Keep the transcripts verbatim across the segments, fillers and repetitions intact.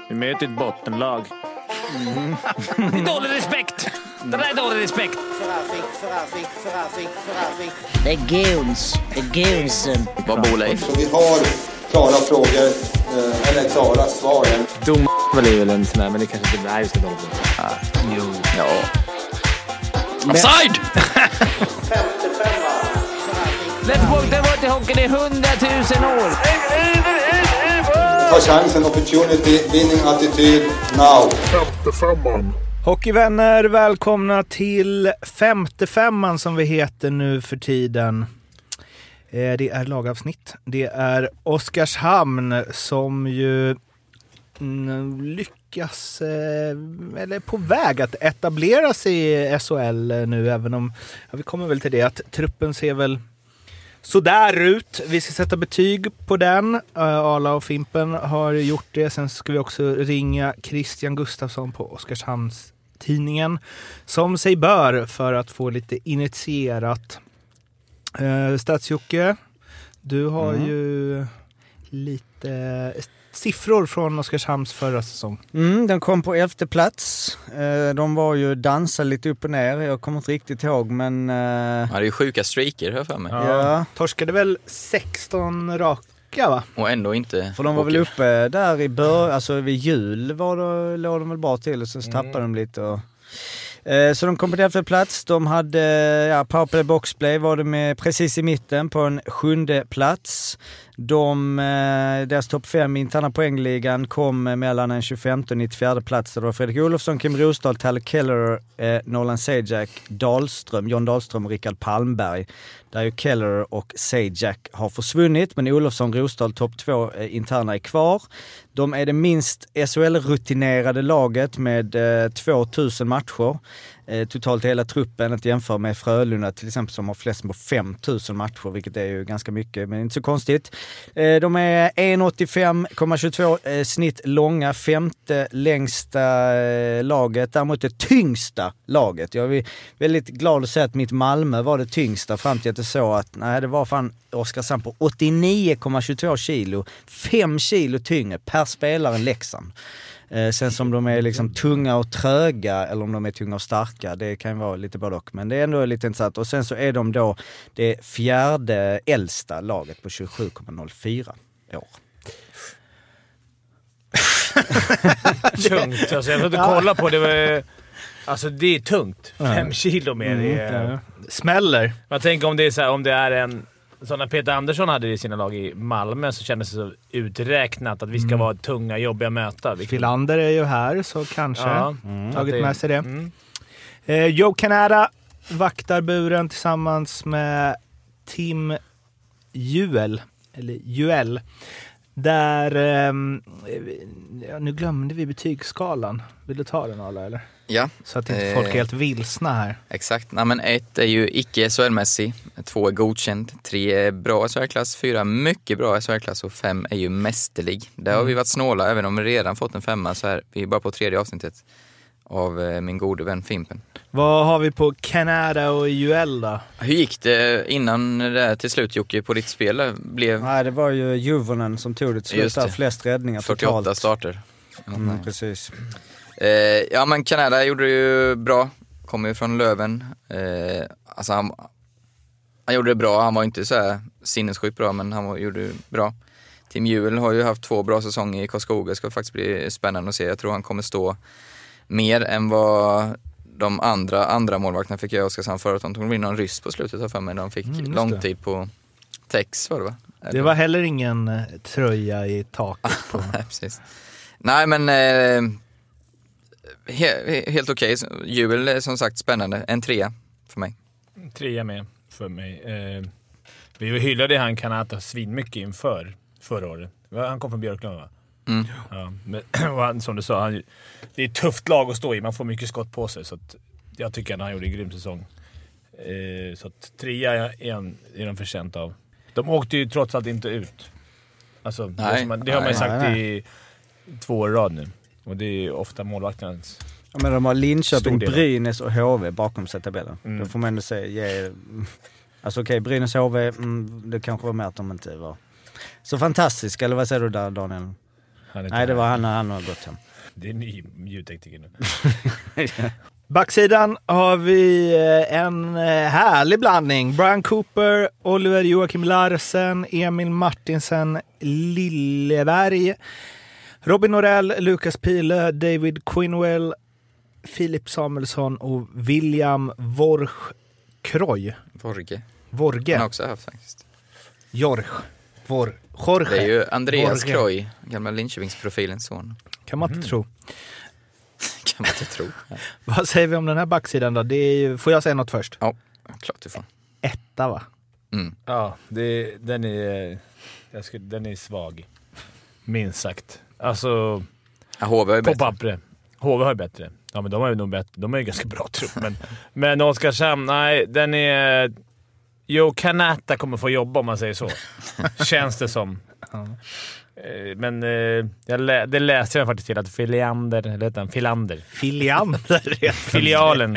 Vi möter ett bottenlag. Mm. Det är dålig respekt. Det där är dålig respekt. Det är guns. Det är gunsen. Vad bor Leif? Så vi har klara frågor, eller klara svar. Dom väl är väl en sån här, men det kanske inte är just det dåligt. Ah, jo. Ja. Offside! Let's walk the water hockey, det är hundratusen år. Ta chansen, opportunity, winning attityd, now. femtiofemman. Hockeyvänner, välkomna till femtiofemman som vi heter nu för tiden. Det är lagavsnitt. Det är Oskarshamn som ju lyckas, eller är på väg att etablera sig i S H L nu, även om, ja, vi kommer väl till det, att truppen ser väl så där ut. Vi ska sätta betyg på den. Arla och Fimpen har gjort det. Sen ska vi också ringa Christian Gustafsson på Oskarshamns tidningen som sig bör för att få lite initierat. Uh, Stadsjocke, du har mm. ju lite siffror från Oskarshamns förra säsong. Mm, den kom på elfte plats. Uh, de var ju dansade lite upp och ner. Jag kommer inte riktigt ihåg, men... Uh... Ja, det är ju sjuka streaker här för mig. Ja. Ja. Torskade väl sexton raka, va? Och ändå inte... För de var åker. väl uppe där i början, alltså vid jul var det, låg de väl bra till och så mm. tappade de lite och... Så de kom på elfte plats. De hade, ja, powerplay boxplay var det med precis i mitten på en sjunde plats. De, deras topp fem i interna poängligan kom mellan en tjugofemte och nittiofjärde plats. Det var Fredrik Olofsson, Kim Rosdahl, Tyler Keller, eh, Nolan Sajak, Dahlström, John Dahlström och Rickard Palmberg. Där ju Keller och Sajak har försvunnit, men Olofsson, Rosdahl, topp två eh, interna är kvar. De är det minst S H L-rutinerade laget med eh, tvåtusen matcher. Eh, totalt hela truppen att jämföra med Frölunda till exempel som har flest på femtusen matcher, vilket är ju ganska mycket, men inte så konstigt. Eh, de är en åttiofem komma tjugotvå eh, snitt långa, femte längsta eh, laget, däremot det tyngsta laget. Jag är väldigt glad att säga att mitt Malmö var det tyngsta fram till att det så att nej, det var fan Oskarshamn på åttionio komma tjugotvå kilo, fem kilo tyngre per spelare än Leksand. Eh, sen som de är liksom tunga och tröga eller om de är tunga och starka, det kan vara lite både och, men det är ändå lite intressant. Och sen så är de då det fjärde äldsta laget på tjugosju komma noll fyra år. Tungt, alltså jag får inte kolla på det. Var, alltså det är tungt. Fem ja. kilo mer. Mm, det är, ja. Smäller. Man tänker om det är så här, om det är en så när Peter Andersson hade i sina lag i Malmö så kändes det så uträknat att vi ska mm. vara tunga, jobbiga möta. Filander är ju här så kanske ja. mm. tagit det, med sig det. Mm. Eh, Joe Canada vaktar buren tillsammans med Tim Juel, eller Juel. Där, eh, nu glömde vi betygsskalan. Vill du ta den alla eller? Ja. Så att inte folk är helt vilsna här. Exakt. Nej, men ett är ju icke S H L-mässig. Två är godkänd. Tre är bra S H L-klass. Fyra mycket bra S H L-klass. Och fem är ju mästerlig. Där har vi varit snåla. Även om vi redan fått en femma så här. Vi är bara på tredje avsnittet av eh, min gode vän Fimpen. Vad har vi på Canada och U L då? Hur gick det innan det till slut, Jocke, på ditt spel? Blev... Nej, det var ju Juvonen som tog det till slut. Där flest räddningar fyrtioåtta totalt. starter. Mm, precis. Eh, ja, men Canada gjorde det ju bra. Kommer ju från Löven. Eh, alltså han, han gjorde det bra. Han var inte så här sinnessjukt bra, men han var, gjorde det bra. Tim Juel har ju haft två bra säsonger i Karlskoga. Det ska faktiskt bli spännande att se. Jag tror han kommer stå mer än vad de andra andra målvakterna fick göra i Oskarshamn förut. De tog in någon ryss på slutet av för mig. De fick mm, lång tid på Tex, var det va? Eller? Det var heller ingen tröja i taket på. Nej, precis. Nej, men eh, he, helt okej. Okay. Juel är som sagt spännande. En trea för mig. Trea med för mig. Eh, vi hyllade han Kanata svinmycket inför förra året. Han kom från Björklund, va? Mm. Ja, men och han, som du sa, han, det är ett tufft lag att stå i. Man får mycket skott på sig. Så att jag tycker att han gjorde en grym säsong. Eh, så att trea är, en, är de förtjänt av. De åkte ju trots allt inte ut. Alltså, nej, det, man, det har man ju sagt nej, nej. i två år rad nu. Och det är ofta målvakternas. Ja, men de har Linköping, Brynäs och H V bakom sig tabellen. Mm. Då får man ändå säga, ge, alltså okej, okay, Brynäs och H V, mm, det kanske var mer att de inte var så fantastiska. Eller vad säger du där, Daniel? Han är Nej, det var han när han har gått hem. Det är ny ljudtekniker nu. Backsidan har vi en härlig blandning. Brian Cooper, Oliver Joakim Larsen, Emil Martinsen, Lilleberg, Robin Norell, Lukas Pile, David Quinwell, Filip Samuelsson och William Vorgkroy. Vorge. Vorge. Han har också haft faktiskt. Jorge. Vor. Jorge. Det är ju Andreas Vorge. Kroy, gamla Linköpingsprofilens son. Kan man inte Mm. tro. Kan man inte tro. Ja, Vad säger vi om den här backsidan då? Det är ju, får jag säga något först? ja klart du får. Etta, va? Mm. Ja, det, den, är, jag skulle, den är svag. Minst sagt. Alltså, Ja, H V är på bättre. pappret. H V har bättre. Ja, men de har ju nog bättre. De är ju ganska bra trupp. Men, men Oskarshamn, nej, den är... Jo, Kanata kommer få jobba om man säger så. Känns det som. Ja. Eh, Men eh, jag lä- det läste jag faktiskt till att Filiander, eller heter han? Filander. Filiander. Filialen.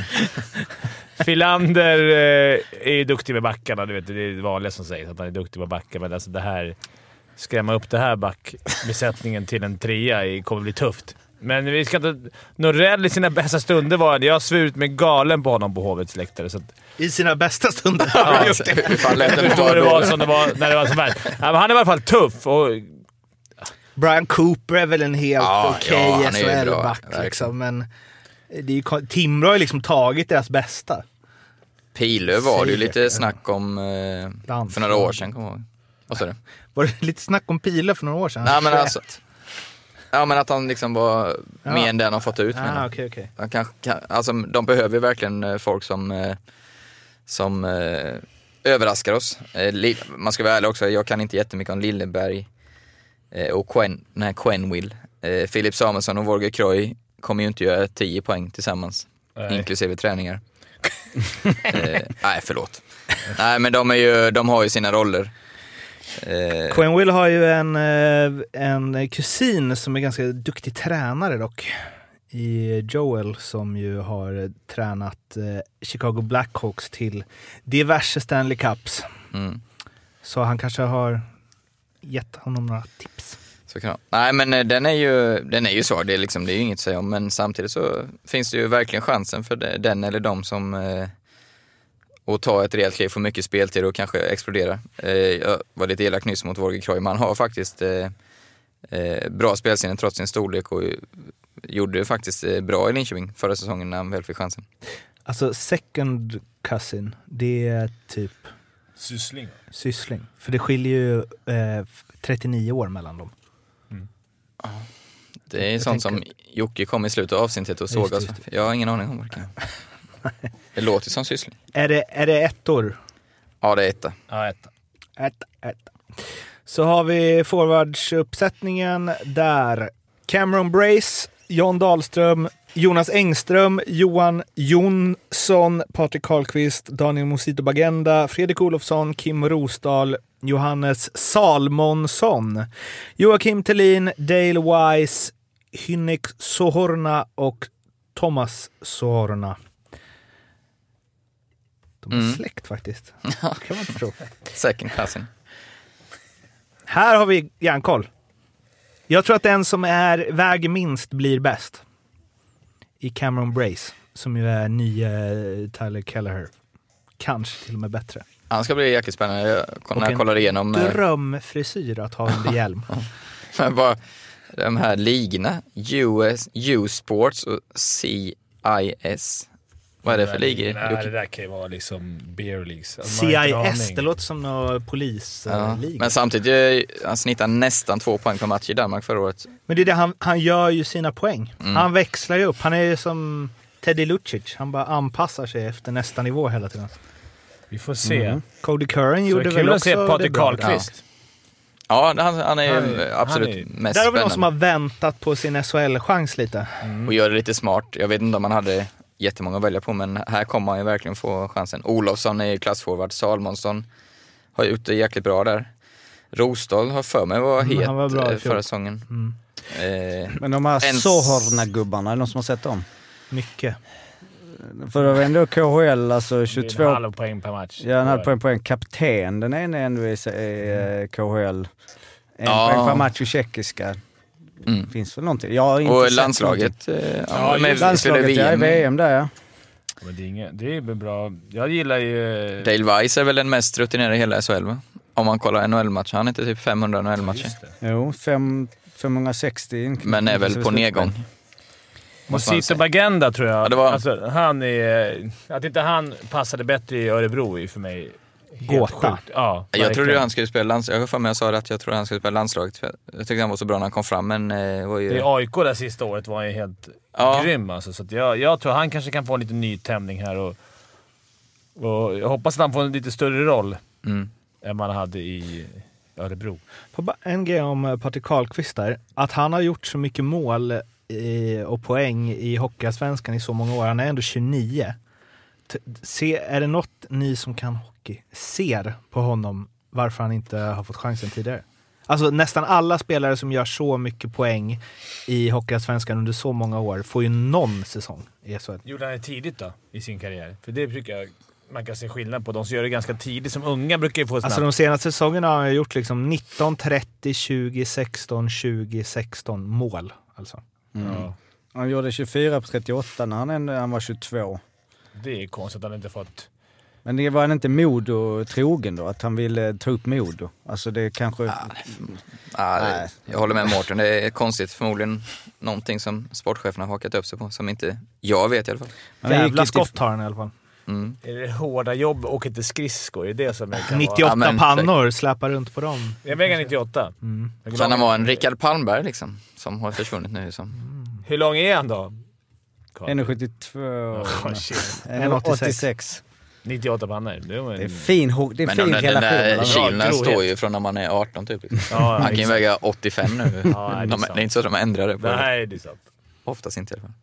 Filander eh, är ju duktig med backarna, du vet. Det är det vanliga som sägs att han är duktig med backar. Men alltså det här, skrämma upp det här backbesättningen till en trea i, kommer bli tufft. Men vi ska inte... Norell i sina bästa stunder var det. Jag har svurit med galen på honom på Hovets läktare. Så att, I sina bästa stunder har Ja, du gjort det. hur fan lät jag det förstår vara det då? var som det var när det var som värst. Ja, men han är i alla fall tuff och... Brian Cooper är väl en helt Ja, okej ja, han är S ju H bra, L-back verkligen. liksom, men det är ju, kon- Timrå har ju liksom tagit deras bästa. Pilö var det ju Säkert, lite snack om eh, för några år sedan, kommer jag ihåg. Vad sa du? Var det lite snack om Pile för några år sedan? Nej, men alltså... Ja, men att han liksom var Ja. mer än den han fått ut. menar Ah, jag. okej, okej. Han kanske, kan, alltså, de behöver ju verkligen eh, folk som, eh, som eh, överraskar oss. Eh, li, man ska vara ärlig också, jag kan inte jättemycket om Lilleberg eh, och Quen, nej, Quenwill. Eh, Filip Samuelsson och Vorge Kroy kommer ju inte göra tio poäng tillsammans, Nej. inklusive träningar. eh, nej, förlåt. Nej, men de, är ju, de har ju sina roller. Eh, Quenville har ju en, eh, en kusin som är ganska duktig tränare dock. I Joel, som ju har tränat eh, Chicago Blackhawks till diverse Stanley Cups. mm. Så han kanske har gett honom några tips. Så kan jag. Nej, men eh, den är ju, den är ju svag, det är, liksom, det är ju inget att säga om, men samtidigt så finns det ju verkligen chansen för det, den eller de som eh, att ta ett rejält kliv, få mycket speltid och kanske explodera. Eh, jag var lite elak nyss mot Vorge Kroy, man har faktiskt eh, eh, bra spelsinne trots sin storlek och gjorde ju faktiskt eh, bra i Linköping förra säsongen när han väl fick chansen. Alltså second cousin, det är typ Syssling. syssling. För det skiljer ju eh, trettionio år mellan dem. Det är Jag sånt tänker- som Jocke kom i slutet av avsnittet och Just såg det, oss. just det. Jag har ingen aning om vad det kan. Det låter som syssling. Är det, är det ettor? Ja, det är etta. Ja, ett. Ett, ett. Så har vi forwardsuppsättningen där. Cameron Brace, John Dahlström, Jonas Engström, Johan Jonsson, Patrik Karlqvist, Daniel Mosito Bagenda, Fredrik Olofsson, Kim Rosdahl, Johannes Salmonsson, Joakim Thelin, Dale Wise, Hynnik Sohorna och Thomas Sohorna. De är Mm. släkt faktiskt. Kan man inte tro. Second cousin. Här har vi järnkoll. Jag tror att den som är väger minst blir bäst. I Cameron Brace, som ju är nya Tyler Kelleher. Kanske till och med bättre. Han ska bli jäkligt spännande. Jag, när Och jag kollar igenom eh, drömfrisyr att ha under hjälm. bara, de här ligorna. U S, U-sports och C I S. Vad är det för ligor? Nej, det Jocke? där kan ju vara liksom beer leagues. Alltså, man har C I inte en S, aning. det låter som någon Ja. polisliga. Men samtidigt, eh, han snittar nästan två poäng per match i Danmark förra året. Men det är det, han, han gör ju sina poäng. Mm. Han växlar ju upp. Han är ju som Teddy Lucic. Han bara anpassar sig efter nästa nivå hela tiden. Vi får se. Mm. Cody Curran Så gjorde kul väl att också se det Patrik bra. Karlqvist. Ja, han, han är ju Han är- absolut han är- mest Där har vi någon spännande. som har väntat på sin S H L-chans lite. Och gör det lite smart. Jag vet inte om man hade jättemånga att välja på, men här kommer man ju verkligen få chansen. Olofsson är ju klassforward. Salmonsson har gjort det jäkligt bra där. Rosdahl har för mig var Mm, het han var bra i eh, fjol. förra säsongen. Mm. Eh, Men de här En s- Sohorna-gubbarna, är det någon som har sett dem? Mycket. För det var ändå K H L, alltså Det är en tjugotvå... halv poäng per match. Ja, en halv poäng på en kapten. Den ena är ändå i, i eh, K H L. En Ja. poäng per match i tjeckiska. Mm. finns väl någonting. Jag har inte och sett landslaget. Eh, Ja, ja, med, landslaget, V M. ja, V M där ja. Men det är, inget, det är bra. Jag gillar ju... Dale Weiss är väl den mest rutinerade i hela S H L, va? Om man kollar N H L-matcher. Han är inte typ femhundra N H L-matcher. Jo, fem, femhundrasextio. Men är väl på nedgång. Mosito Bagenda tror jag. Ja, det var... alltså, han är... Att inte han passade bättre i Örebro är för mig helt Gåta. sjukt. Ja, Jag trodde han skulle spela landslaget. Jag har för mig jag sa att jag trodde han skulle spela landslaget. Jag tyckte han var så bra när han kom fram, men eh, var ju... Det är A I K det sista året var ju helt ja. grym alltså. Så att jag, jag tror han kanske kan få en liten ny tändning här och, och jag hoppas att han får en lite större roll Mm. än man hade i Örebro. På en grej om Patrik Karlqvist där. Att han har gjort så mycket mål i, och poäng i Hockeyallsvenskan i så många år. Han är ändå tjugonio. T- se, är det något ni som kan hockey ser på honom varför han inte har fått chansen tidigare? Alltså nästan alla spelare som gör så mycket poäng i Hockeyallsvenskan under så många år får ju någon säsong i S H L. Gjorde han det tidigt då i sin karriär? För det brukar jag... Man kan se skillnad på. De som gör det ganska tidigt. Som unga brukar ju få snabbt. Alltså de senaste säsongerna har han gjort liksom nitton, trettio, tjugo, sexton, tjugo, sexton mål. Alltså. Mm. Ja. Han gjorde tjugofyra på trettioåtta när han, ändå, han var tjugotvå. Det är konstigt att han inte fått... Men det var han inte Modo trogen då? Att han ville ta upp Modo? Alltså det kanske... Ah, ah, det, jag håller med Mårten. Det är konstigt. Förmodligen någonting som sportchefen har hakat upp sig på. Som inte jag vet i alla fall. Jävla skott har han i alla fall. Mm. Är det hårda jobb och inte skridskor? Är det som är kan nittioåtta vara? Ja, men- pannor, släpar runt på dem. Jag väger nittioåtta. Mm. Hur Kan lång- han vara en Rickard Palmberg liksom? Som har försvunnit nu. Som. Hur lång är han då? en sjuttiotvå. Oh, shit. en åttiosex. nittioåtta pannor. Det är, en... Det är fin, ho- det är Men fin den, den relation. där mellan dem. kilna Trohet. står ju från när man är arton typ. Liksom. Ja, Han kan ju exakt. väga åttiofem nu. Ja, det är de, sant. det är inte så att de ändrar det på. Nej, det är sant. Oftast inte i alla fall.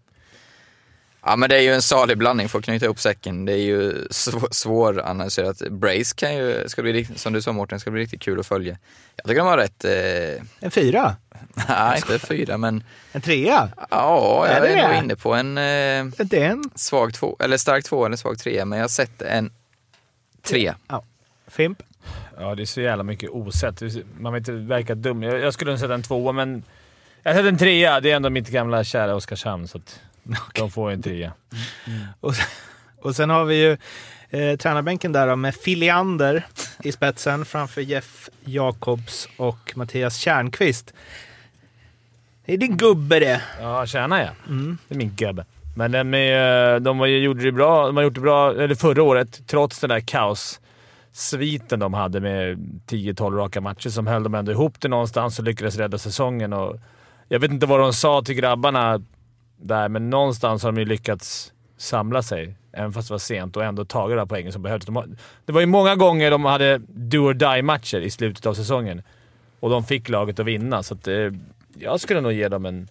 Ja, men det är ju en salig blandning för att knyta ihop säcken. Det är ju sv- svåranalyserat. Brace kan ju, ska bli, rikt- som du sa Mårten, ska bli riktigt kul att följa. Jag tycker de har rätt... Eh, En fyra? nej, inte fyra, men... En trea? Ja, Är jag det är nog det? inne på en eh, Inte en? svag två, eller stark två eller svag tre, men jag har sett en tre. Ja. Fimp? Ja, det är så jävla mycket osett. Man vill inte verka dum. Jag, jag skulle nog sätta en tvåa, men... Jag sätter en trea. Det är ändå mitt gamla kära Oskarshamn, så att de får en trea. Och, och sen har vi ju eh, tränarbänken där då, med Filiander i spetsen framför Jeff Jakobs och Mattias Tjärnqvist. Det är din gubbe det. Ja, tjänar jag. Mm. Det är min gubbe. Men de, är, de var ju, gjorde det bra. De har gjort det bra eller förra året, trots den där kaos-sviten de hade med tio tolv raka matcher, som höll de ändå ihop det någonstans och lyckades rädda säsongen. Och jag vet inte vad de sa till grabbarna där, men någonstans har de ju lyckats samla sig, även fast det var sent, och ändå tagit de poängen som behövdes. De har, det var ju många gånger de hade do or die-matcher i slutet av säsongen och de fick laget att vinna, så att, eh, jag skulle nog ge dem en...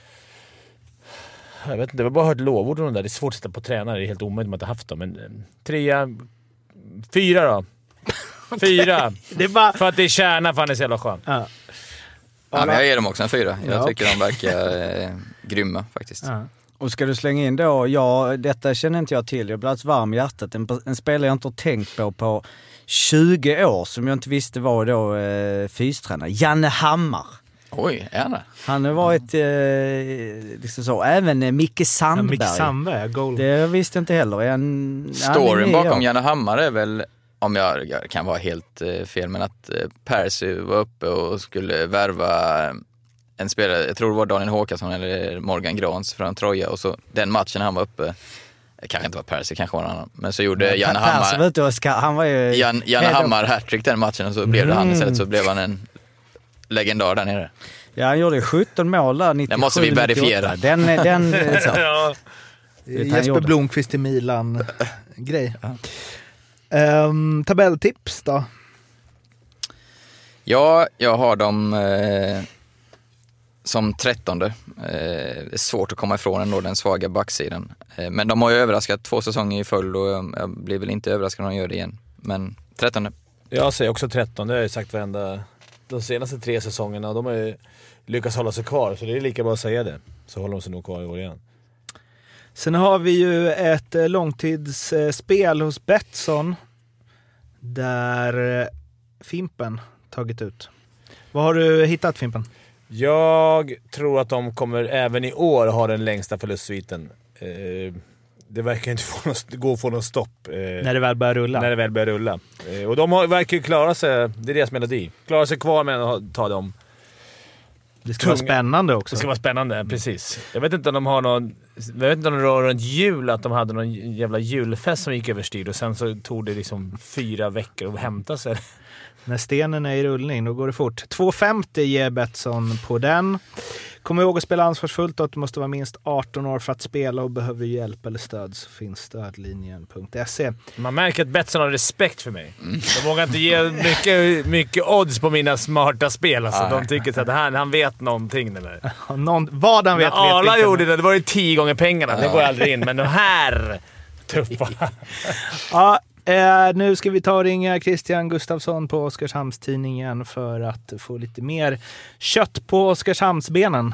Jag vet inte, jag har bara hört lovord om de där. Det är svårt att sätta på tränare, det är helt omöjligt om man inte haft dem. Men eh, trea... Fyra då. Fyra. Det är bara... För att det är kärna, för han är så jävla skön. Ja. Ja, men jag ger dem också en fyra. Jag Ja, tycker de verkar eh, grymma faktiskt. Ja. Och ska du slänga in då, ja, detta känner inte jag till. Jag blir alldeles varm i hjärtat. En, en spelare jag inte har tänkt på på tjugo år, som jag inte visste var då eh, fystränare. Janne Hammar. Oj, gärna. Han har varit eh, liksom så. Även eh, Micke Sandberg. Micke Sandberg, goal. Det visste jag inte heller. Är han, Storyn han är bakom år. Janne Hammar är väl, om jag, jag kan vara helt eh, fel, men att eh, Percy var uppe och skulle värva en spelare, jag tror det var Daniel Håkansson eller Morgan Grans från Troja, och så den matchen han var uppe, det kanske inte var Percy, kanske var någon annan, men så gjorde Ja, Janne Persson Hammar var ute och ska, han var ju... Jan, Janne head of- Hammar hattrick den matchen, och så blev det han Mm. istället, så blev han en legendar där nere. Ja, han gjorde sjutton mål där nittiosju. Den måste vi verifiera. nittioåtta. Den, den, så. Ja. Det han Jesper gjorde. Blomqvist i Milan-grej. Um, tabelltips då? Ja, jag har dem eh, som trettonde. Eh, det är svårt att komma ifrån ändå den svaga backsidan. Eh, men de har ju överraskat två säsonger i följd, och jag, jag blir väl inte överraskad om de gör det igen. Men trettonde. Jag säger också tretton, det har jag sagt varenda... De senaste tre säsongerna, de har ju lyckats hålla sig kvar, så det är lika bra att säga det. Så håller de sig nog kvar i år igen. Sen har vi ju ett eh, långtidsspel hos Betsson där eh, Fimpen tagit ut. Vad har du hittat, Fimpen? Jag tror att de kommer även i år ha den längsta förlustsviten. Eh, det verkar inte få något, gå att få något stopp. Eh, när det väl börjar rulla. När det väl börjar rulla. Eh, och de har, verkar ju klara sig, det är deras melodi. Klara sig kvar med att ta dem. Det ska vara spännande också. Det ska vara spännande, precis. Jag vet inte om de har någon... Jag vet inte om det rör runt jul, att de hade någon jävla julfest som gick överstyr och sen så tog det liksom fyra veckor att hämta sig. När stenen är i rullning, då går det fort. två femtio ger Betsson på den. Kom ihåg att spela ansvarsfullt och att du måste vara minst arton år för att spela och behöver hjälp eller stöd så finns stödlinjen punkt se. Man märker att Betsson har respekt för mig. Mm. De vågar inte ge mycket, mycket odds på mina smarta spel. Alltså. Ah, de tycker att han, han vet någonting. Eller? Någon, vad han vet, När vet alla gjorde det, det var ju tio gånger pengarna. Ah. Det går aldrig in, men de här tuffa. Ja. Eh, nu ska vi ta och ringa Christian Gustafsson på Oskarshamnstidningen för att få lite mer kött på Oskarshamnsbenen.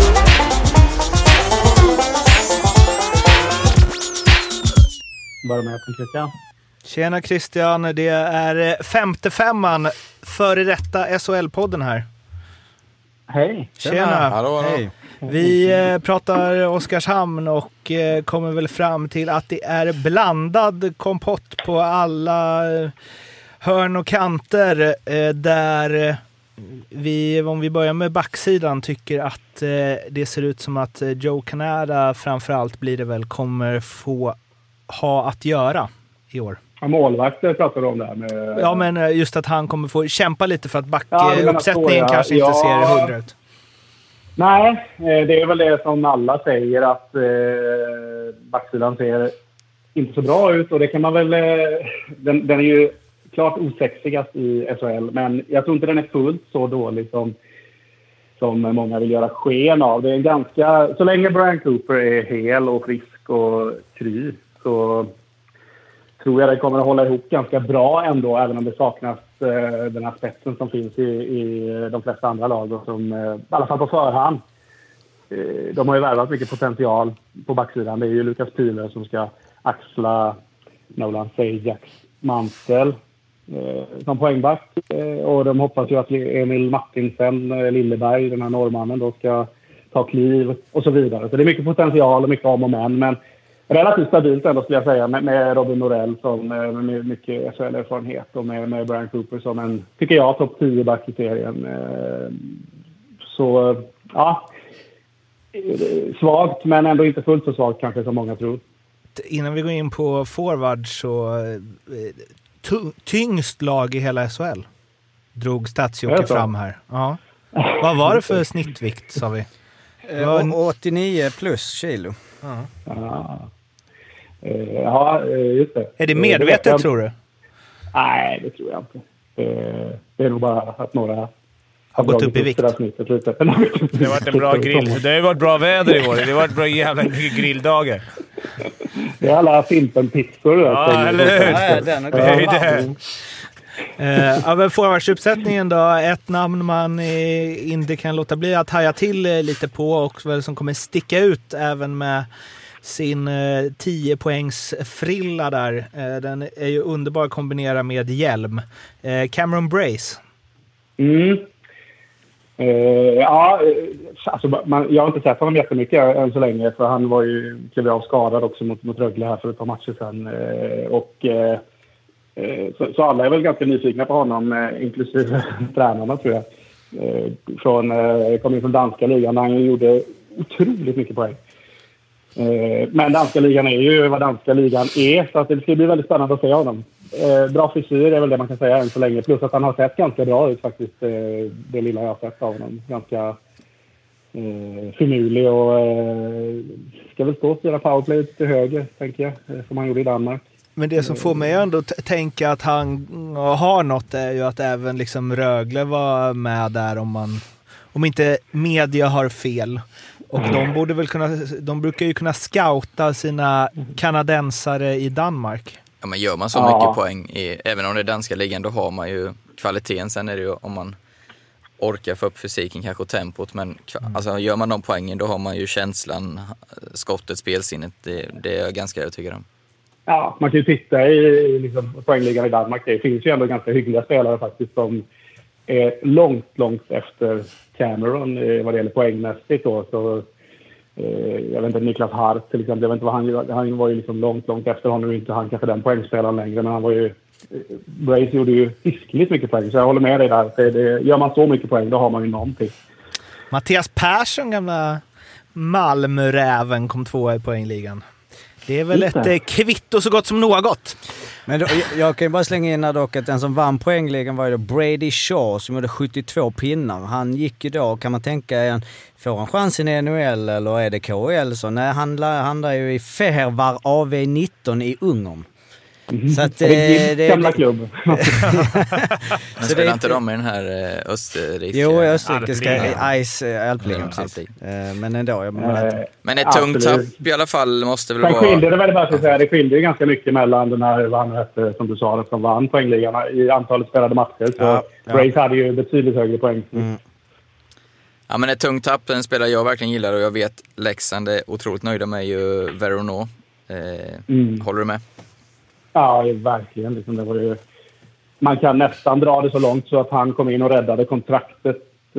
Bara med på Christian. Tjena Christian, det är femte femman före detta S H L-podden här. Hej. Tjena. Tjena. Hallå, hej. Vi eh, pratar Oskarshamn och eh, kommer väl fram till att det är blandad kompott på alla eh, hörn och kanter eh, där eh, vi, om vi börjar med backsidan, tycker att eh, det ser ut som att Joe Canada framförallt blir det väl kommer få ha att göra i år. Ja, målvakter pratar du om där. Med... Ja, men just att han kommer få kämpa lite för att backuppsättningen ja, kanske inte ja. ser hundra ut. Nej, det är väl det som alla säger att eh, backsidan ser inte så bra ut och det kan man väl... Eh, den, den är ju klart osexigast i S H L, men jag tror inte den är fullt så dålig som, som många vill göra sken av. Det är en ganska... Så länge Brian Cooper är hel och frisk och kry så tror jag det kommer att hålla ihop ganska bra ändå, även om det saknas eh, den här spetsen som finns i, i de flesta andra lag och som, eh, i alla fall på förhand. Eh, de har ju värvat mycket potential på backsidan. Det är ju Lukas Piler som ska axla Nolan Sajaks mantel eh, som poängback. Eh, och de hoppas ju att Emil Martinsen, eh, Lilleberg, den här norrmannen, då ska ta kliv och så vidare. Så det är mycket potential och mycket om och men, men relativt stabilt ändå skulle jag säga med, med Robin Norell som med mycket S H L-erfarenhet och med, med Brian Cooper som en, tycker jag, topp tio back i serien. Så ja, svagt men ändå inte fullt så svagt kanske som många tror. Innan vi går in på forward så ty- tyngst lag i hela S H L drog Statsjocke fram här. Ja. Vad var det för snittvikt, sa vi? En... åttionio plus kilo. Ja. Ja. Ja, just det. Är det medvetet, det tror du? Nej, det tror jag inte. Det är nog bara att några har, har gått upp i vikt. Det har varit en bra grill. Det har ju varit bra väder i år. Det har varit bra jävla mycket grilldagar. Det är alla Fimpen-pizzor. Ja, eller hur? Ja, den är Uh, ja, men forwardsuppsättningen då, ett namn man eh, inte kan låta bli att haja till eh, lite på och väl som kommer sticka ut även med sin eh, tio poängs frilla där. Eh, den är ju underbar att kombinera med hjälm. Eh, Cameron Brace. Mm. Uh, ja, alltså, man, jag har inte sett honom jättemycket än så länge för han var ju klev av skadad också mot, mot Rögle här för ett par matcher sedan. Uh, och uh, Så, så alla är väl ganska nyfikna på honom, inklusive tränarna tror jag. Från, kom in från danska ligan där han gjorde otroligt mycket poäng. Men danska ligan är ju vad danska ligan är, så att det ska bli väldigt spännande att se honom. Bra frisyr är väl det man kan säga än så länge, plus att han har sett ganska bra ut faktiskt, det lilla jag har sett av honom. Ganska finurlig och ska väl stå och styra powerplay till höger, tänker jag, som han gjorde i Danmark. Men det som får mig ändå t- tänka att han har något är ju att även liksom Rögle var med där om man om inte media har fel. Och de borde väl kunna, de brukar ju kunna scouta sina kanadensare i Danmark. Ja, men gör man så ja. mycket poäng, i, även om det är danska ligan, då har man ju kvaliteten. Sen är det ju om man orkar få upp fysiken, kanske och tempot. Men mm. alltså, gör man de poängen, då har man ju känslan, skottet, spelsinnet. Det, det är jag ganska övertygad om. Ja, man kan ju titta i liksom, poängligan i Danmark. Det finns ju ändå ganska hyggliga spelare faktiskt som är långt, långt efter Cameron eh, vad det gäller poängmässigt då. Så, eh, jag vet inte, Niklas Hart till exempel, jag vet inte vad han, han var ju liksom långt, långt efter honom och inte han kanske den poängspelaren längre, men han var ju, Brace gjorde ju hiskligt mycket poäng, så jag håller med dig där. Det, det, gör man så mycket poäng, då har man ju någonting. Mattias Persson, gamla Malmöräven, kom tvåa i poängligan. Det är väl Just ett det. eh, kvitto så gott som något. Men då, jag, jag kan ju bara slänga in här dock att den som vann poängligan var ju då Brady Shaw som gjorde sjuttiotvå pinnar. Han gick ju då, kan man tänka, en, får han chansen i N H L eller är det K H L? Så nej, han handlar ju i Fervar A V nitton i Ungern. Mm. Så att, det är eh, din gamla klubb. Men Så spelar det är inte inte- de i den här eh, österrikiska? Jo, i österrikiska Alpligan. Ice eh, Alpligan, Ja, precis. Alpligan. Eh, Men ändå, jag menar att... Eh, Men ett tungt Absolut. tapp i alla fall måste väl Sen vara... skilde det väl bara så att säga, det skilde ju ganska mycket mellan den här, vad han hette, som du sa, som vann poängligan i antalet spelade matcher. Så Ja, ja. Brace hade ju betydligt högre poäng. Mm. Ja, men ett tungt tapp, en spelare jag verkligen gillar och jag vet Leksand är otroligt nöjda med ju Veronneau. Eh, Mm. Håller du med? Ja, verkligen. Liksom, det var ju, man kan nästan dra det så långt så att han kom in och räddade kontraktet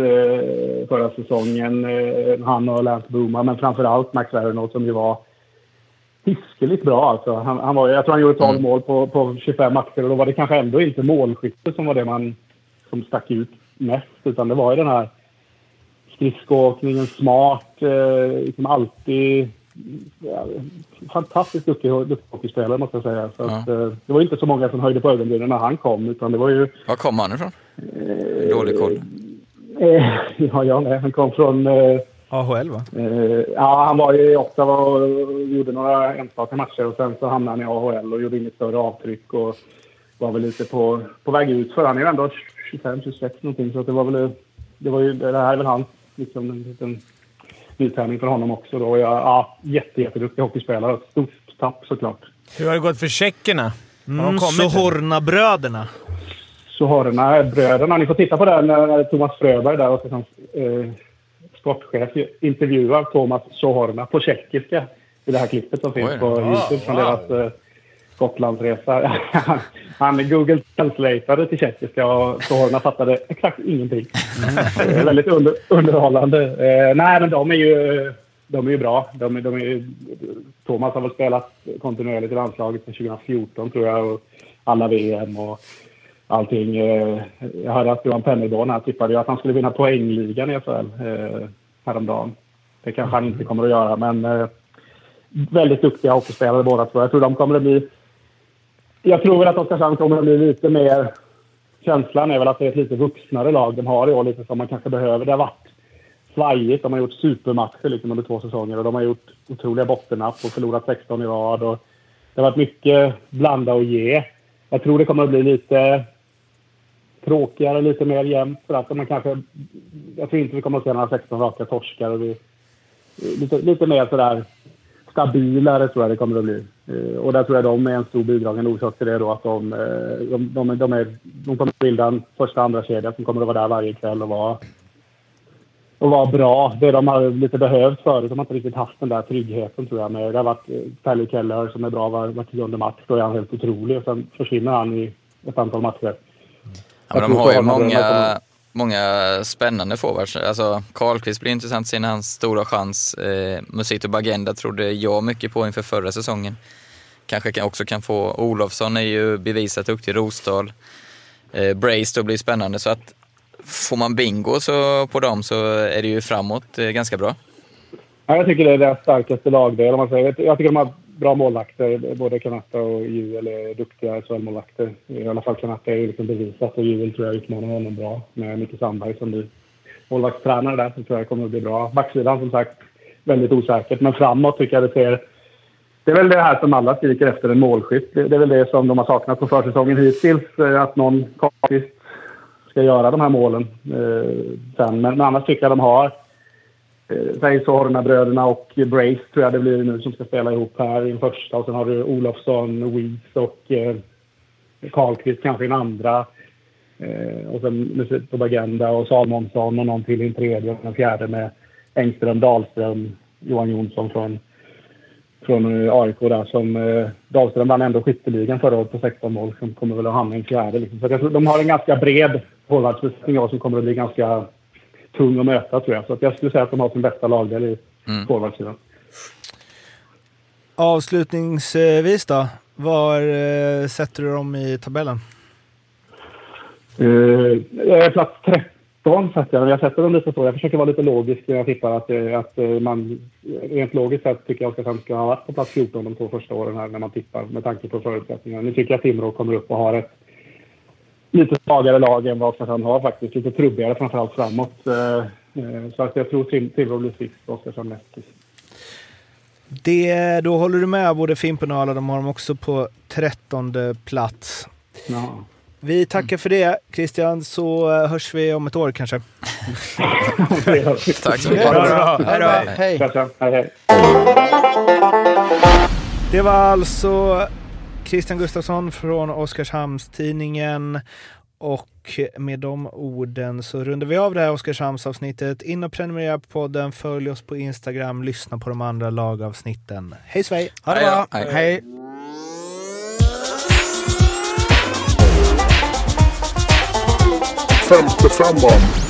eh, förra säsongen. Eh, han och Lance Booma, men framförallt Max Veronneau som ju var hiskeligt bra. Alltså. Han, han var, jag tror han gjorde tolv Mm. mål på, på tjugofem matcher och då var det kanske ändå inte målskytte som var det man som stack ut mest, utan det var ju den här skridskoåkningen, smart, eh, liksom alltid ja, fantastiskt duktig, duktig hockeyspelare måste jag säga. Så Ja. att, eh, det var inte så många som höjde på ögonbrynen när han kom, utan det var ju... Var kom han ifrån? Dålig koll. Eh, ja, jag med. Han kom från... Eh, A H L, va? eh, ja, han var ju i Ottawa och gjorde några enstaka matcher och sen så hamnade han i A H L och gjorde inget större avtryck och var väl lite på, på väg ut, för han är ju ändå tjugofem tjugosex någonting, så att det var väl... Det, var ju, det här är väl hans liksom, en liten nytävling för honom också då. Ja, ja, jätte, jätteduktig hockeyspelare. Stort tapp såklart. Hur har det gått för tjeckerna? Har de Mm, kommit? Sohorna-bröderna. Så har den här bröderna. Ni får titta på den när Thomas Fröberg där och så, eh, sportchef intervjuar Thomas Sohorna på tjeckiska i det här klippet som finns Oj, på wow, YouTube från wow. deras eh, Skottlandsresa. Han Google translateade till tjeckiska och Sohorna fattade exakt ingenting. Det är väldigt under, underhållande. Eh, nej, men de är ju, de är ju bra. De, de är ju, Thomas har väl spelat kontinuerligt i landslaget sedan tjugo fjorton tror jag, och alla V M och allting. Eh, jag hörde att Johan Pennerborn här tippade ju att han skulle vinna poängligan i S H L eh, häromdagen. Det kanske han inte kommer att göra, men eh, väldigt duktiga hockeyspelare båda två. Jag tror de kommer att bli... Jag tror väl att Oskarshamn kommer att bli lite mer... Känslan är väl att det är ett lite vuxnare lag de har i år, lite som man kanske behöver. Det har varit svajigt. De har gjort supermatcher liksom under två säsonger och de har gjort otroliga bottennapp och förlorat sexton i rad. Och det har varit mycket blanda och ge. Jag tror det kommer att bli lite tråkigare, lite mer jämnt. För att man kanske, jag tror inte vi kommer att se några sexton raka torskar. Och vi, lite, lite mer sådär stabilare tror jag det kommer att bli. Och där tror jag de är en stor bidragande orsak till det då. Att de, de, de, de, är, de kommer att bilda en första andra kedja som kommer att vara där varje kväll och vara, och vara bra. Det de har lite behövt förut. De har inte riktigt haft den där tryggheten tror jag. Men det har varit Tyler Keller som är bra var, var tionde match. Då är han helt otrolig. Och sen försvinner han i ett antal matcher. Ja, men de har ju många, många spännande forwards. Alltså, Karlqvist blir intressant att se när hans stora chans. Eh, Musito Bagenda trodde jag mycket på inför förra säsongen. Kanske kan, också kan få... Olofsson är ju bevisat duktig i Rosdal. Eh, Brace då blir spännande. Så att får man bingo så på dem så är det ju framåt eh, ganska bra. Ja, jag tycker det är deras starkaste lagdel. Om man säger. Jag tycker de har bra målvakter. Både Kanata och Juel är duktiga S H L-målvakter. I alla fall Kanata är ju liksom bevisat och Juel tror jag utmanar honom bra. Med Micke Sandberg som blir målvaktstränare där så tror jag kommer att bli bra. Backsidan som sagt väldigt osäkert. Men framåt tycker jag det ser... Det är väl det här som alla skriker efter en målskytt. Det, det är väl det som de har saknat på försäsongen hittills. Att någon faktiskt ska göra de här målen eh, sen. Men, men annars tycker jag de har... Säg så har de här bröderna och Brace tror jag det blir nu som ska spela ihop här i den första. Och sen har du Olofsson, Weeds och eh, Karlqvist kanske i den andra. Eh, och sen Musito Bagenda och Salmonsson och någon till i en tredje och en fjärde med Engström, Dahlström, Johan Jonsson från, från A I K där som eh, Dahlström vann ändå skytteligan förra året på sexton mål som kommer väl att hamna i fjärde. Liksom. Så jag tror de har en ganska bred forwardsbesättning som kommer att bli ganska tung att möta tror jag. Så att jag skulle säga att de har sin bästa lagdel i mm. forwardsidan. Avslutningsvis då, var eh, sätter du dem i tabellen? Uh, jag är plats tretton sätter jag. Jag sätter dem lite så. Jag försöker vara lite logisk när jag tippar att, att man rent logiskt sett tycker jag att Oskarshamn ska ha varit på plats fjorton de två första åren här när man tippar med tanke på förutsättningarna. Nu tycker jag att Timrå kommer upp och har ett lite svagare lag än vad Oskarshamn har faktiskt. Lite trubbigare framförallt framåt. Så att jag tror Timrå blir sist och Oskarshamn näst. Det, då håller du med både Fimpen och alla, de har dem också på trettonde plats. Ja. Vi tackar för det, Christian, så hörs vi om ett år kanske. Tack så mycket. Bra, bra. Hej då. Hej. Hej, hej. Det var alltså Christian Gustafsson från Oskarshamns-tidningen. Och med de orden så rundar vi av det här Oskarshamns-avsnittet. In och prenumerera på podden, följ oss på Instagram, lyssna på de andra lagavsnitten. Hej Sverige! Ha det bra! Hej! Hej. Femte femman.